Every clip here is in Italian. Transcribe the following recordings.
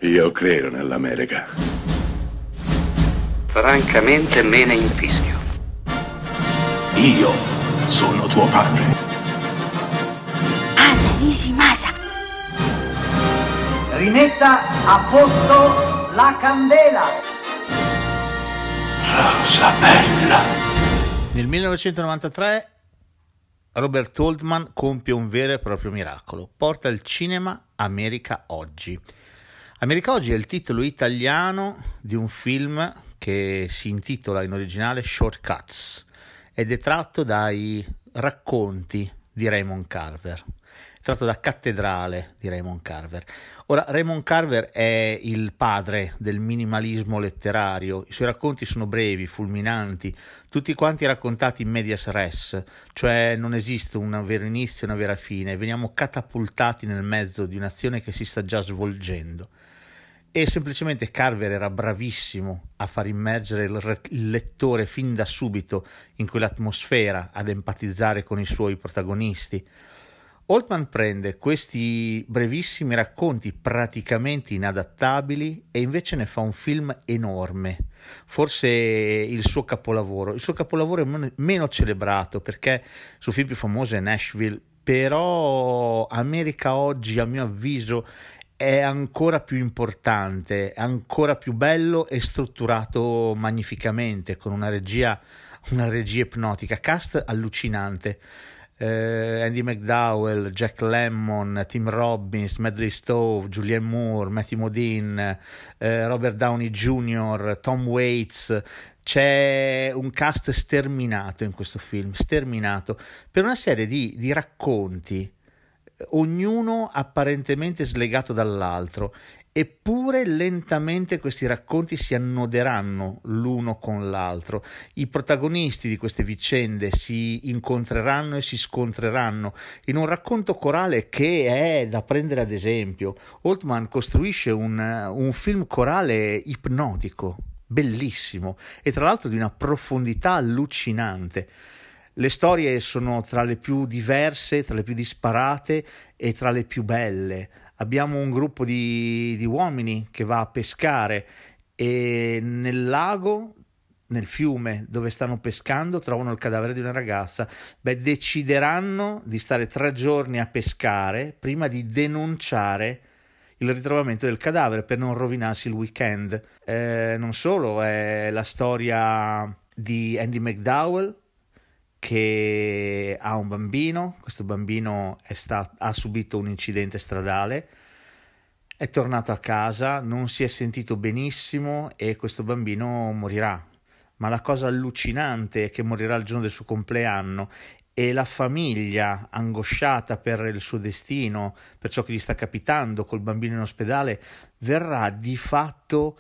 Io credo nell'America. Francamente me ne infischio. Io sono tuo padre. Anna Nishimasa. Rimetta a posto la candela. Rosa bella. Nel 1993 Robert Altman compie un vero e proprio miracolo. Porta al cinema America Oggi. America Oggi è il titolo italiano di un film che si intitola in originale Shortcuts ed è tratto dai racconti di Raymond Carver, tratto da Cattedrale di Raymond Carver. Ora, Raymond Carver è il padre del minimalismo letterario, i suoi racconti sono brevi, fulminanti, tutti quanti raccontati in medias res, cioè non esiste un vero inizio e una vera fine, veniamo catapultati nel mezzo di un'azione che si sta già svolgendo. E semplicemente Carver era bravissimo a far immergere il lettore fin da subito in quell'atmosfera, ad empatizzare con i suoi protagonisti. Altman prende questi brevissimi racconti praticamente inadattabili e invece ne fa un film enorme, forse il suo capolavoro è meno celebrato perché il suo film più famoso è Nashville, però America Oggi a mio avviso è ancora più importante, è ancora più bello e strutturato magnificamente, con una regia ipnotica, cast allucinante. Andy McDowell, Jack Lemmon, Tim Robbins, Medley Stowe, Julianne Moore, Matthew Modine, Robert Downey Jr., Tom Waits. C'è un cast sterminato in questo film, sterminato, per una serie di racconti, ognuno apparentemente slegato dall'altro, eppure lentamente questi racconti si annoderanno l'uno con l'altro. I protagonisti di queste vicende si incontreranno e si scontreranno in un racconto corale che è da prendere ad esempio. Altman costruisce un film corale ipnotico, bellissimo e tra l'altro di una profondità allucinante. Le storie sono tra le più diverse, tra le più disparate e tra le più belle. Abbiamo un gruppo di uomini che va a pescare e nel lago, nel fiume dove stanno pescando, trovano il cadavere di una ragazza. Decideranno di stare 3 giorni a pescare prima di denunciare il ritrovamento del cadavere per non rovinarsi il weekend. Non solo, è la storia di Andy McDowell, che ha un bambino. Questo bambino ha subito un incidente stradale, è tornato a casa, non si è sentito benissimo e questo bambino morirà, ma la cosa allucinante è che morirà il giorno del suo compleanno e la famiglia, angosciata per il suo destino, per ciò che gli sta capitando col bambino in ospedale, verrà di fatto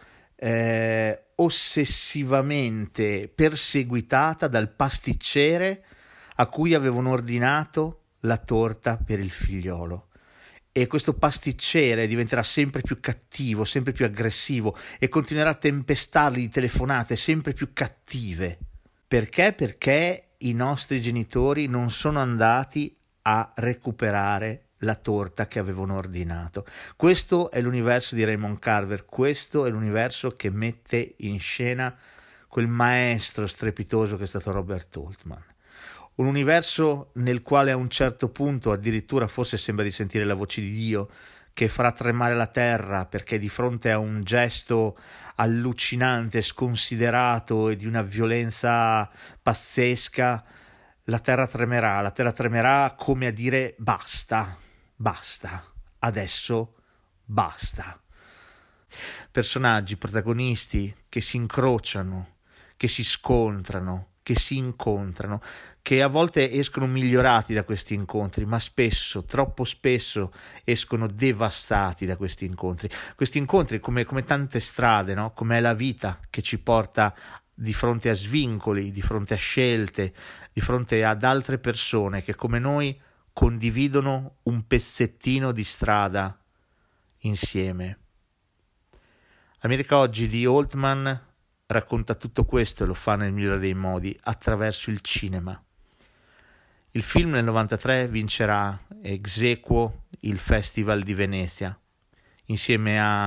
ossessivamente perseguitata dal pasticcere a cui avevano ordinato la torta per il figliolo. E questo pasticcere diventerà sempre più cattivo, sempre più aggressivo e continuerà a tempestargli di telefonate sempre più cattive. Perché? Perché i nostri genitori non sono andati a recuperare la torta che avevano ordinato. Questo è l'universo di Raymond Carver, questo è l'universo che mette in scena quel maestro strepitoso che è stato Robert Altman. Un universo nel quale a un certo punto addirittura forse sembra di sentire la voce di Dio che farà tremare la terra, perché di fronte a un gesto allucinante, sconsiderato e di una violenza pazzesca, la terra tremerà come a dire basta, adesso basta. Personaggi, protagonisti che si incrociano, che si scontrano, che si incontrano, che a volte escono migliorati da questi incontri, ma spesso, troppo spesso, escono devastati da questi incontri. Questi incontri, come tante strade, no? Come è la vita che ci porta di fronte a svincoli, di fronte a scelte, di fronte ad altre persone che come noi condividono un pezzettino di strada insieme. America Oggi di Altman racconta tutto questo e lo fa nel migliore dei modi, attraverso il cinema. Il film nel 93 vincerà ex aequo il Festival di Venezia, insieme a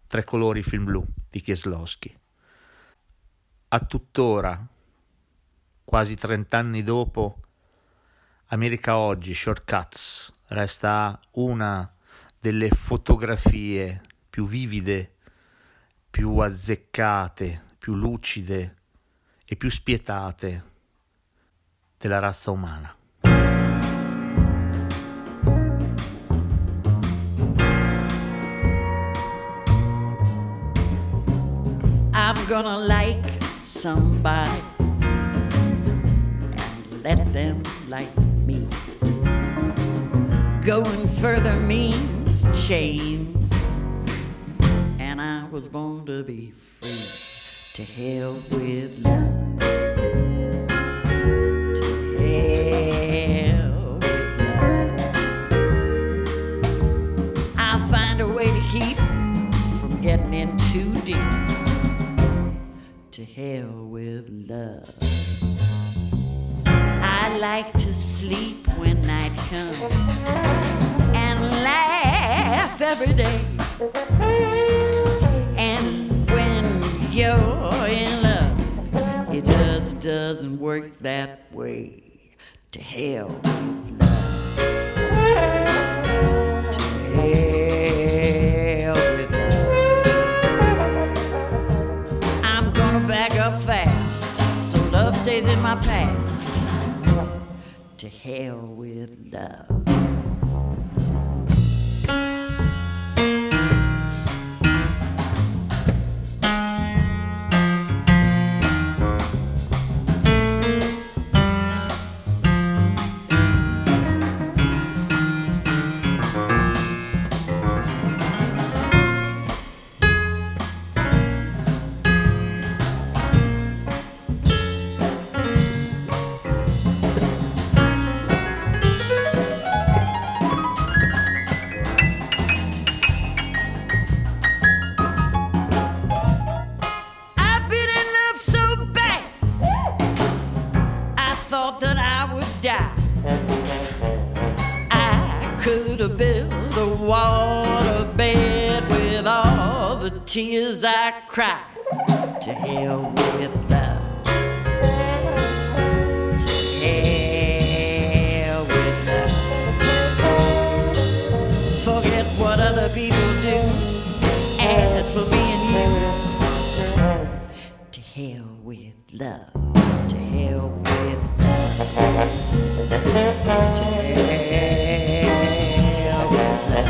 Tre colori film blu di Kieslowski. A tuttora, quasi 30 anni dopo, America Oggi, Short Cuts, resta una delle fotografie più vivide, più azzeccate, più lucide e più spietate della razza umana. I'm gonna like somebody and let them like me. Going further means chains, and I was born to be free. To hell with love. To hell with love. I'll find a way to keep from getting in too deep. To hell with love. I like to sleep when night comes and laugh every day. And when you're in love, it just doesn't work that way. To hell with love. To hell with love. I'm gonna back up fast so love stays in my past. To hell with love. Tears I cry. To hell with love. To hell with love. Forget what other people do. As for me and you, to hell with love. To hell with love. To hell with love.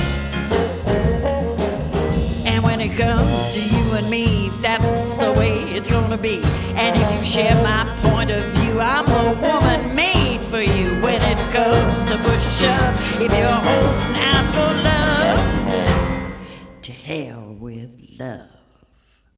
And when it comes to you and me, that's the way it's gonna be. And if you share my point of view, I'm a woman made for you. When it comes to push a shove, if you're holding out for love, to hell with love.